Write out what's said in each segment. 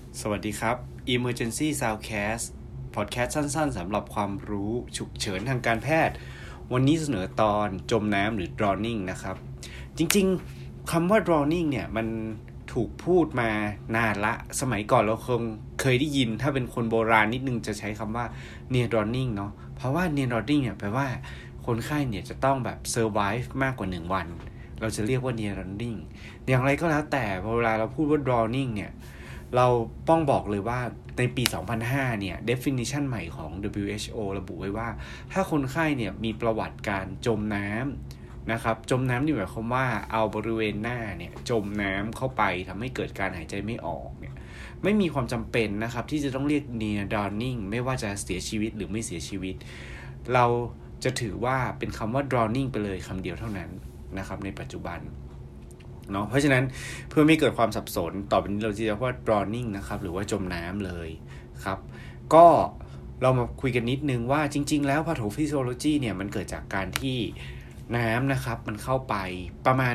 สวัสดีครับ Emergency Soundcast Podcast สั้นๆสำหรับความรู้ฉุกเฉินทางการแพทย์วันนี้เสนอตอนจมน้ำหรือ drowning นะครับจริงๆคำว่า drowning เนี่ยมันถูกพูดมานานละสมัยก่อนเราคงเคยได้ยินถ้าเป็นคนโบราณนิดนึงจะใช้คำว่า near drowning เนาะเพราะว่า near drowning เนี่ยแปลว่าคนไข้เนี่ยจะต้องแบบ survive มากกว่า1วันเราจะเรียกว่า near drowning อย่างไรก็แล้วแต่พอเวลาเราพูดว่า drowning เนี่ยเราต้องบอกเลยว่าในปี 2005 เนี่ย definition ใหม่ของ WHO ระบุไว้ว่าถ้าคนไข้เนี่ยมีประวัติการจมน้ำนะครับจมน้ำนี่หมายความว่าเอาบริเวณหน้าเนี่ยจมน้ำเข้าไปทำให้เกิดการหายใจไม่ออกเนี่ยไม่มีความจำเป็นนะครับที่จะต้องเรียก near drowning ไม่ว่าจะเสียชีวิตหรือไม่เสียชีวิตเราจะถือว่าเป็นคำว่า drowning ไปเลยคำเดียวเท่านั้นนะครับในปัจจุบันเนาะเพราะฉะนั้นเพื่อไม่เกิดความสับสนต่อไปนี้เราจะเรียกว่า drowning นะครับหรือว่าจมน้ำเลยครับก็เรามาคุยกันนิดนึงว่าจริงๆแล้ว pathophysiology เนี่ยมันเกิดจากการที่น้ำนะครับมันเข้าไปประมาณ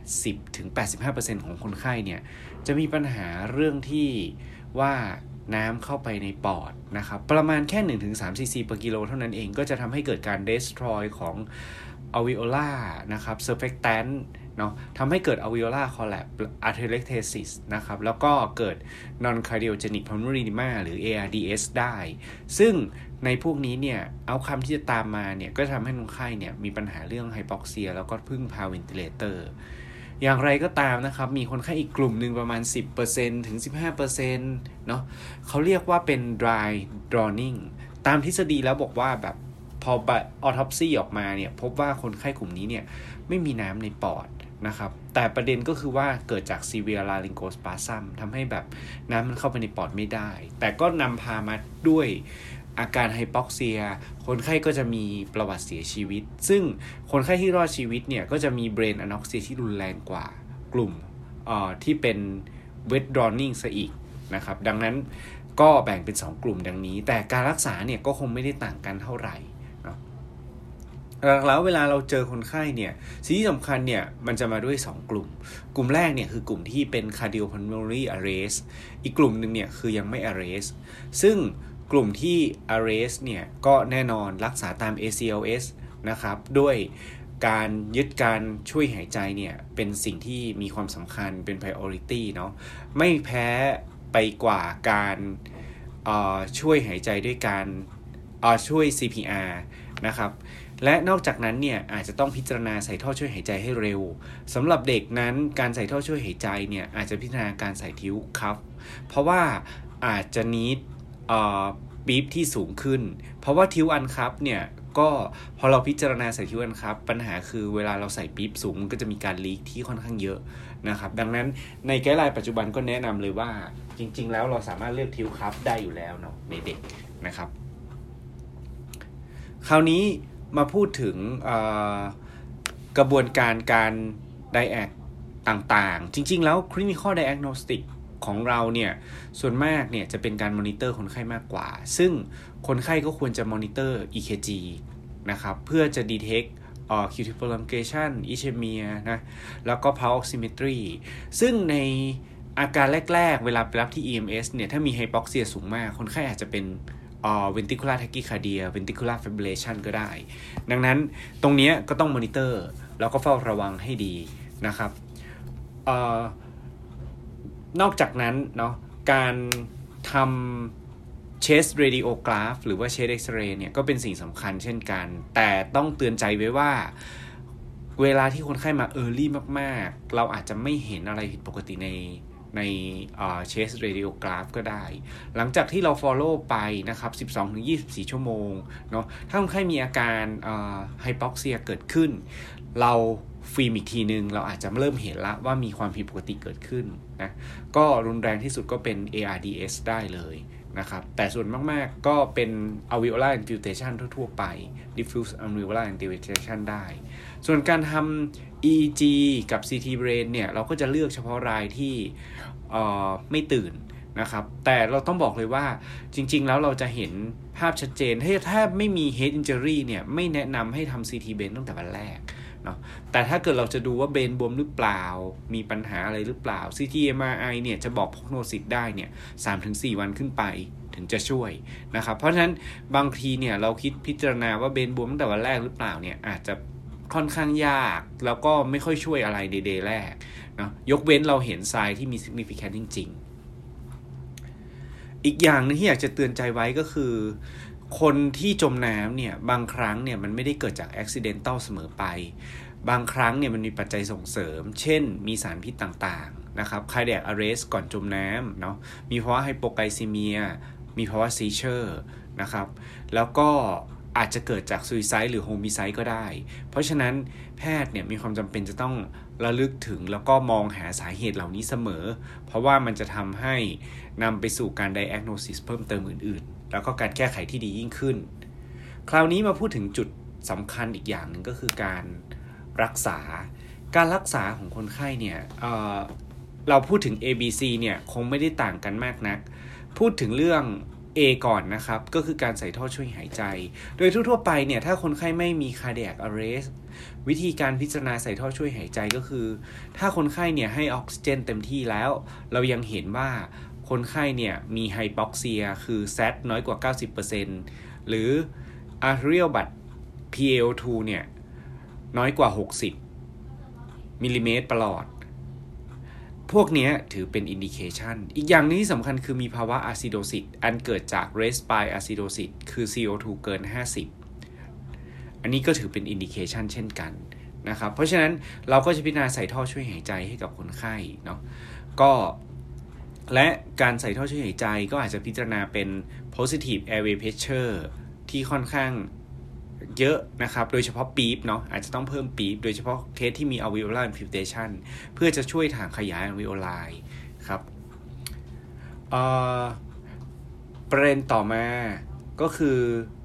80-85% ของคนไข้เนี่ยจะมีปัญหาเรื่องที่ว่าน้ำเข้าไปในปอดนะครับประมาณแค่ 1-3 cc per กิโลเท่านั้นเองก็จะทำให้เกิดการ destroy ของ alveolar นะครับ surfactant เนาะทำให้เกิด alveolar collapse atelectasis นะครับแล้วก็เกิด non cardiogenic pulmonary edema หรือ ARDS ได้ซึ่งในพวกนี้เนี่ยเอาคำที่จะตามมาเนี่ยก็ทำให้คนไข้เนี่ยมีปัญหาเรื่องไฮปอกเซียแล้วก็พึ่งพาเวนติเลเตอร์อย่างไรก็ตามนะครับมีคนไข้อีกกลุ่มหนึ่งประมาณ 10% ถึง 15% เนาะเขาเรียกว่าเป็น dry drowning ตามทฤษฎีแล้วบอกว่าแบบพอautopsy ออกมาเนี่ยพบว่าคนไข้กลุ่มนี้เนี่ยไม่มีน้ำในปอดนะครับแต่ประเด็นก็คือว่าเกิดจาก severe laryngospasm ทำให้แบบน้ำมันเข้าไปในปอดไม่ได้แต่ก็นำพามาด้วยอาการไฮปอกเซียคนไข้ก็จะมีประวัติเสียชีวิตซึ่งคนไข้ที่รอดชีวิตเนี่ยก็จะมี brain anoxia ที่รุนแรงกว่ากลุ่มที่เป็น wet drowning ซะอีกนะครับดังนั้นก็แบ่งเป็น2กลุ่มดังนี้แต่การรักษาเนี่ยก็คงไม่ได้ต่างกันเท่าไหร่แล้วเวลาเราเจอคนไข้เนี่ยสิ่งที่สำคัญเนี่ยมันจะมาด้วย2กลุ่มกลุ่มแรกเนี่ยคือกลุ่มที่เป็น cardiopulmonary arrest อีกกลุ่มนึงเนี่ยคือยังไม่ arrest ซึ่งกลุ่มที่ arrest เนี่ยก็แน่นอนรักษาตาม ACLS นะครับด้วยการยึดการช่วยหายใจเนี่ยเป็นสิ่งที่มีความสำคัญเป็น priority เนาะไม่แพ้ไปกว่าการช่วยหายใจด้วยการช่วย CPR นะครับและนอกจากนั้นเนี่ยอาจจะต้องพิจารณาใส่ท่อช่วยหายใจให้เร็วสำหรับเด็กนั้นการใส่ท่อช่วยหายใจเนี่ยอาจจะพิจารณาการใส่ทิวคัฟเพราะว่าอาจจะneedปี๊บที่สูงขึ้นเพราะว่าทิวอันคัฟเนี่ยก็พอเราพิจารณาใส่ทิวอันคัฟปัญหาคือเวลาเราใส่ปี๊บสูงมันก็จะมีการลีกที่ค่อนข้างเยอะนะครับดังนั้นในไกด์ไลน์ปัจจุบันก็แนะนำเลยว่าจริงๆแล้วเราสามารถเลือกทิวคัฟได้อยู่แล้วเนาะในเด็กนะครับคราวนี้มาพูดถึงกระบวนการไดแอกต่างๆจริงๆแล้ว clinical diagnostic ของเราเนี่ยส่วนมากเนี่ยจะเป็นการมอนิเตอร์คนไข้มากกว่าซึ่งคนไข้ก็ควรจะมอนิเตอร์ EKG นะครับเพื่อจะ detect QT prolongation ischemia นะแล้วก็ pulse oximetry ซึ่งในอาการแรกๆเวลาไปรับที่ EMS เนี่ยถ้ามี hypoxia สูงมากคนไข้อาจจะเป็นventricular tachycardia ventricular fibrillation ก็ได้ดังนั้นตรงนี้ก็ต้องมอนิเตอร์แล้วก็เฝ้าระวังให้ดีนะครับนอกจากนั้นเนาะการทำ chest radiograph หรือว่า chest x-ray เนี่ยก็เป็นสิ่งสำคัญเช่นกันแต่ต้องเตือนใจไว้ว่าเวลาที่คนไข้มา early มากๆเราอาจจะไม่เห็นอะไรผิดปกติในchest radiograph ก็ได้หลังจากที่เรา follow ไปนะครับ 12-24 ชั่วโมงเนาะถ้าคนไข้มีอาการhypoxia เกิดขึ้นเราฟิล์มอีกทีนึงเราอาจจะเริ่มเห็นละว่ามีความผิดปกติเกิดขึ้นนะก็รุนแรงที่สุดก็เป็น ARDS ได้เลยนะครับแต่ส่วนมากๆก็เป็น alveolar infiltration ทั่วๆไป diffuse alveolar infiltration ได้ส่วนการทำ EEG กับ CT brain เนี่ยเราก็จะเลือกเฉพาะรายที่ไม่ตื่นนะครับแต่เราต้องบอกเลยว่าจริงๆแล้วเราจะเห็นภาพชัดเจนถ้าไม่มี head injury เนี่ยไม่แนะนำให้ทำ CT brain ตั้งแต่วันแรกเนาะแต่ถ้าเกิดเราจะดูว่าเบนบวมหรือเปล่ามีปัญหาอะไรหรือเปล่า CT MRI เนี่ยจะบอก prognosis ได้เนี่ย 3-4 วันขึ้นไปถึงจะช่วยนะครับเพราะฉะนั้นบางทีเนี่ยเราคิดพิจารณาว่าเบนบวมตั้งแต่วันแรกหรือเปล่าเนี่ยอาจจะค่อนข้างยากแล้วก็ไม่ค่อยช่วยอะไรในเดย์แรกเนาะยกเว้นเราเห็นไซน์ที่มี significant จริงๆอีกอย่างนึงที่อยากจะเตือนใจไว้ก็คือคนที่จมน้ำเนี่ยบางครั้งเนี่ยมันไม่ได้เกิดจาก accidental เสมอไปบางครั้งเนี่ยมันมีปัจจัยส่งเสริมเช่นมีสารพิษต่างๆนะครับ cardiac arrest ก่อนจมน้ำเนาะมีภาวะ hypoglycemia มีภาวะ seizure นะครับแล้วก็อาจจะเกิดจาก suicide หรือ homicide ก็ได้เพราะฉะนั้นแพทย์เนี่ยมีความจำเป็นจะต้องระลึกถึงแล้วก็มองหาสาเหตุเหล่านี้เสมอเพราะว่ามันจะทำให้นำไปสู่การ diagnosis เพิ่มเติมอื่นๆแล้วก็การแก้ไขที่ดียิ่งขึ้นคราวนี้มาพูดถึงจุดสำคัญอีกอย่างหนึ่งก็คือการรักษาของคนไข้เนี่ยเราพูดถึง ABC เนี่ยคงไม่ได้ต่างกันมากนักพูดถึงเรื่อง A ก่อนนะครับก็คือการใส่ท่อช่วยหายใจโดยทั่วๆไปเนี่ยถ้าคนไข้ไม่มี cardiac arrest วิธีการพิจารณาใส่ท่อช่วยหายใจก็คือถ้าคนไข้เนี่ยให้ออกซิเจนเต็มที่แล้วเรายังเห็นว่าคนไข้เนี่ยมีไฮปอกเซียคือ SAT น้อยกว่า 90% หรือ arterial blood PaO2 เนี่ยน้อยกว่า60มิลลิเมตรประหลอดพวกนี้ถือเป็นอินดิเคชันอีกอย่างนึงที่สำคัญคือมีภาวะอะซิโดซิสอันเกิดจาก respiratory acidosis คือ CO2 เกิน50อันนี้ก็ถือเป็นอินดิเคชันเช่นกันนะครับเพราะฉะนั้นเราก็จะพิจารณาใส่ท่อช่วยหายใจให้กับคนไข้เนาะก็และการใส่ท่อช่วยหายใจก็อาจจะพิจารณาเป็น positive airway pressure ที่ค่อนข้างเยอะนะครับโดยเฉพาะปี๊บเนาะอาจจะต้องเพิ่มปี๊บโดยเฉพาะเคสที่มี alveolar infiltration เพื่อจะช่วยทางขยาย alveoli ครับประเด็นต่อมาก็คือ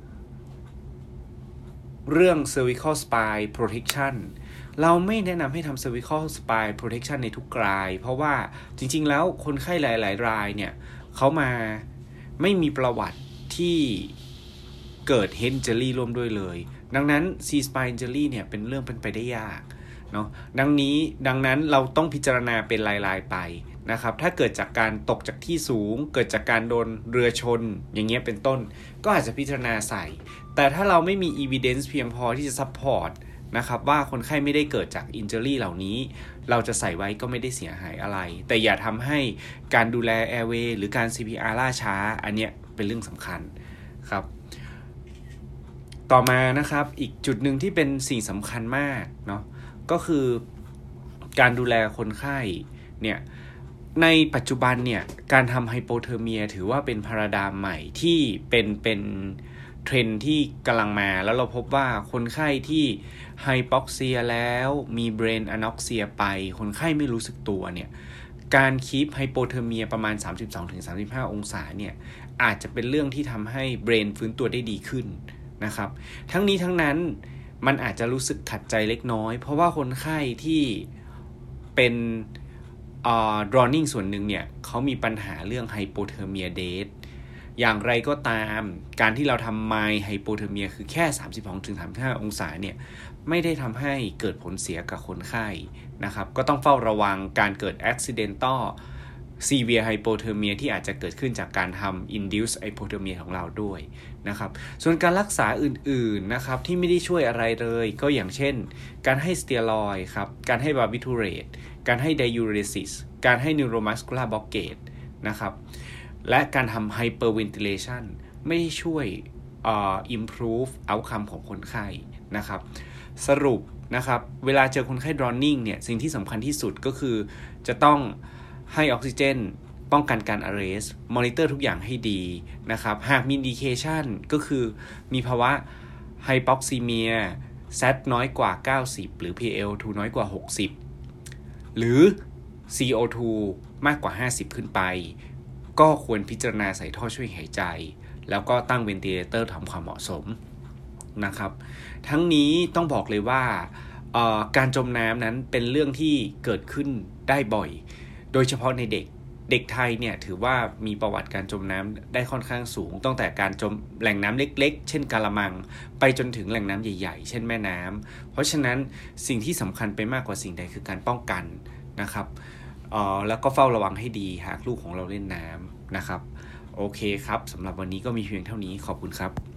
เรื่อง cervical spine protection เราไม่แนะนำให้ทำ cervical spine protection ในทุกรายเพราะว่าจริงๆแล้วคนไข้หลายๆรายเนี่ยเขามาไม่มีประวัติที่เกิด head injury ร่วมด้วยเลยดังนั้น C-spine injury เนี่ยเป็นเรื่องเป็นไปได้ยากเนาะดังนั้นเราต้องพิจารณาเป็นรายๆไปนะครับถ้าเกิดจากการตกจากที่สูงเกิดจากการโดนเรือชนอย่างเงี้ยเป็นต้นก็อาจจะพิจารณาใส่แต่ถ้าเราไม่มี evidence เพียงพอที่จะ support นะครับว่าคนไข้ไม่ได้เกิดจาก injury เหล่านี้เราจะใส่ไว้ก็ไม่ได้เสียหายอะไรแต่อย่าทำให้การดูแล airway หรือการ CPR ล่าช้าอันเนี้ยเป็นเรื่องสำคัญครับต่อมานะครับอีกจุดหนึ่งที่เป็นสิ่งสำคัญมากเนาะก็คือการดูแลคนไข้เนี่ยในปัจจุบันเนี่ยการทำไฮโปเทอร์เมียถือว่าเป็นพาราไดม์ใหม่ที่เป็นเทรนด์ที่กำลังมาแล้วเราพบว่าคนไข้ที่ไฮปอกเซียแล้วมีเบรนอะน็อกเซียไปคนไข้ไม่รู้สึกตัวเนี่ยการคีปไฮโปเทอร์เมียประมาณ 32-35 องศาเนี่ยอาจจะเป็นเรื่องที่ทำให้เบรนฟื้นตัวได้ดีขึ้นนะครับทั้งนี้ทั้งนั้นมันอาจจะรู้สึกขัดใจเล็กน้อยเพราะว่าคนไข้ที่เป็นdrowning ส่วนหนึ่งเนี่ยเขามีปัญหาเรื่อง hypothermia death อย่างไรก็ตามการที่เราทำ mild hypothermia คือแค่ 32-35 องศาเนี่ยไม่ได้ทำให้เกิดผลเสียกับคนไข้นะครับก็ต้องเฝ้าระวังการเกิด accidental severe hypothermia ที่อาจจะเกิดขึ้นจากการทำ induced hypothermia ของเราด้วยนะครับส่วนการรักษาอื่นๆนะครับที่ไม่ได้ช่วยอะไรเลยก็อย่างเช่นการให้สเตียรอยด์ครับการให้บาร์บิทูเรตการให้ไดยูเรซิสการให้ neuromuscular blockade นะครับและการทำ hyperventilation ไม่ได้ช่วย improve outcome ของคนไข้นะครับสรุปนะครับเวลาเจอคนไข้ drowning เนี่ยสิ่งที่สำคัญที่สุดก็คือจะต้องให้ออกซิเจนป้องกันการ arrest มอนิเตอร์ทุกอย่างให้ดีนะครับหากมี indication ก็คือมีภาวะ hypoxemia SAT น้อยกว่า90หรือ PaO2 น้อยกว่า60หรือ CO2 มากกว่า50ขึ้นไปก็ควรพิจารณาใส่ท่อช่วยหายใจแล้วก็ตั้งเวนติเลเตอร์ทำความเหมาะสมนะครับทั้งนี้ต้องบอกเลยว่าการจมน้ำนั้นเป็นเรื่องที่เกิดขึ้นได้บ่อยโดยเฉพาะในเด็กเด็กไทยเนี่ยถือว่ามีประวัติการจมน้ำได้ค่อนข้างสูงตั้งแต่การจมแหล่งน้ำเล็กๆเช่นกาละมังไปจนถึงแหล่งน้ำใหญ่ๆเช่นแม่น้ำเพราะฉะนั้นสิ่งที่สำคัญไปมากกว่าสิ่งใดคือการป้องกันนะครับแล้วก็เฝ้าระวังให้ดีหากลูกของเราเล่นน้ำนะครับโอเคครับสำหรับวันนี้ก็มีเพียงเท่านี้ขอบคุณครับ